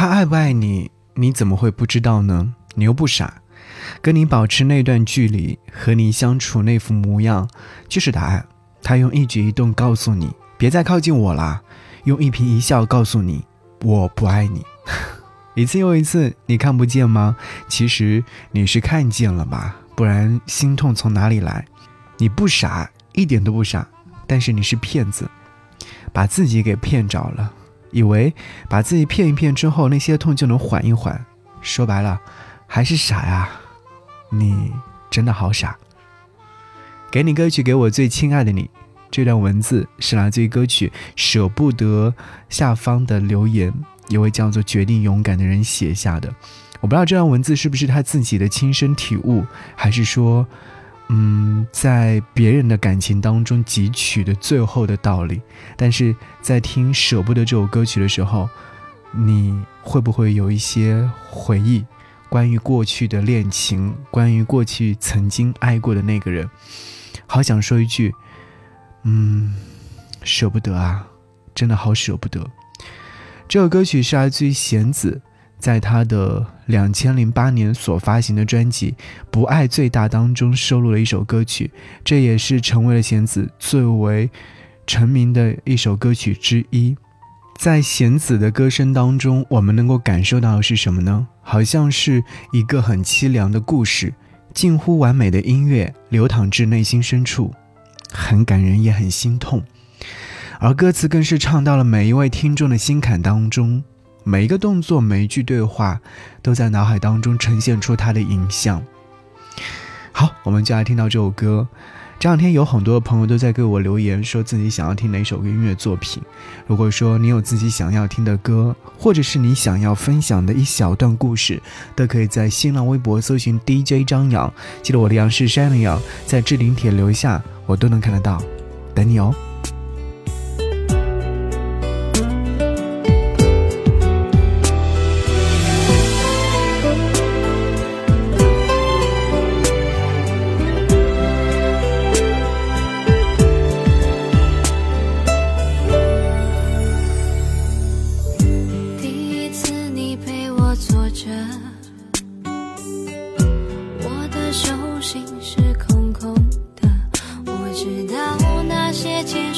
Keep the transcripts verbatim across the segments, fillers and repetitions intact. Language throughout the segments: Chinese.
他爱不爱你，你怎么会不知道呢？你又不傻，跟你保持那段距离，和你相处那副模样，就是答案。他用一举一动告诉你，别再靠近我啦，用一颦一笑告诉你，我不爱你。一次又一次，你看不见吗？其实你是看见了吧，不然心痛从哪里来？你不傻，一点都不傻，但是你是骗子，把自己给骗着了，以为把自己骗一骗之后，那些痛就能缓一缓。说白了，还是傻呀，你真的好傻。给你歌曲，给我最亲爱的你。这段文字是来自于歌曲舍不得下方的留言，一位叫做决定勇敢的人写下的。我不知道这段文字是不是他自己的亲身体悟，还是说嗯，在别人的感情当中汲取的最后的道理。但是在听舍不得这首歌曲的时候，你会不会有一些回忆，关于过去的恋情，关于过去曾经爱过的那个人？好想说一句嗯，舍不得啊，真的好舍不得。这首歌曲是来自于弦子，在他的两千零八年所发行的专辑《不爱最大》当中收录了一首歌曲，这也是成为了弦子最为成名的一首歌曲之一。在弦子的歌声当中，我们能够感受到的是什么呢？好像是一个很凄凉的故事，近乎完美的音乐流淌至内心深处，很感人也很心痛。而歌词更是唱到了每一位听众的心坎当中，每一个动作，每一句对话都在脑海当中呈现出它的影像。好，我们就来听到这首歌。这两天有很多朋友都在给我留言，说自己想要听哪首音乐作品。如果说你有自己想要听的歌，或者是你想要分享的一小段故事，都可以在新浪微博搜寻 D J 张扬，记得我的杨是山的杨，在置顶帖留下，我都能看得到，等你哦。 坐着，我的手心是空空的，我知道那些天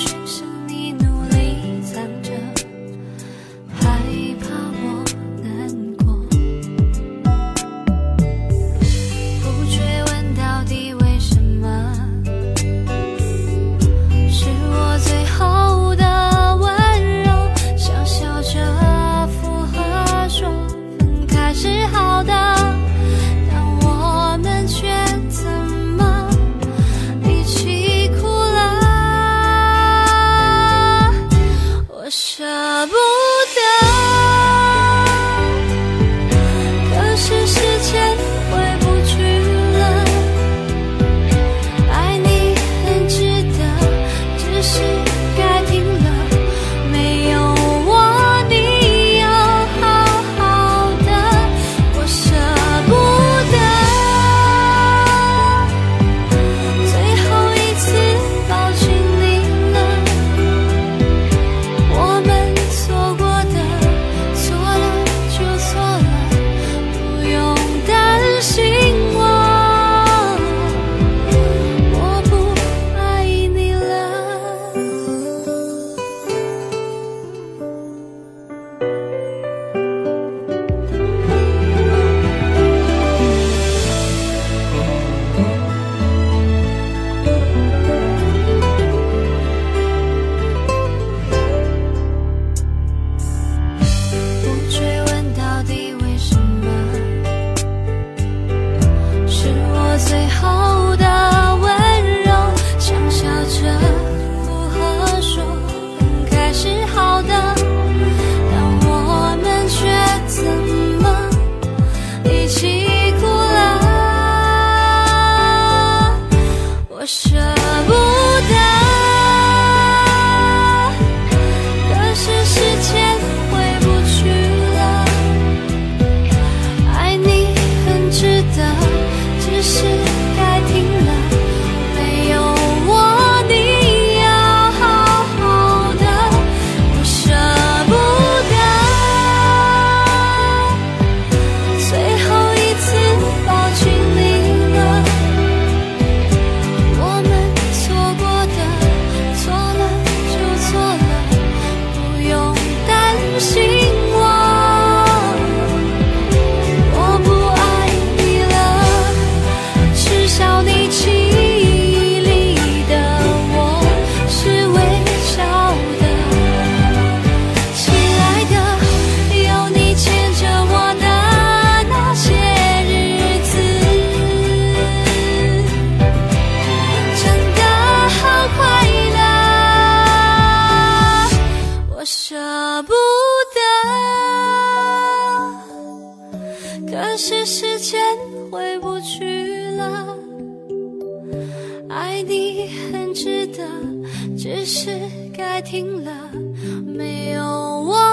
可是时间回不去了。爱你很值得，只是该停了，没有我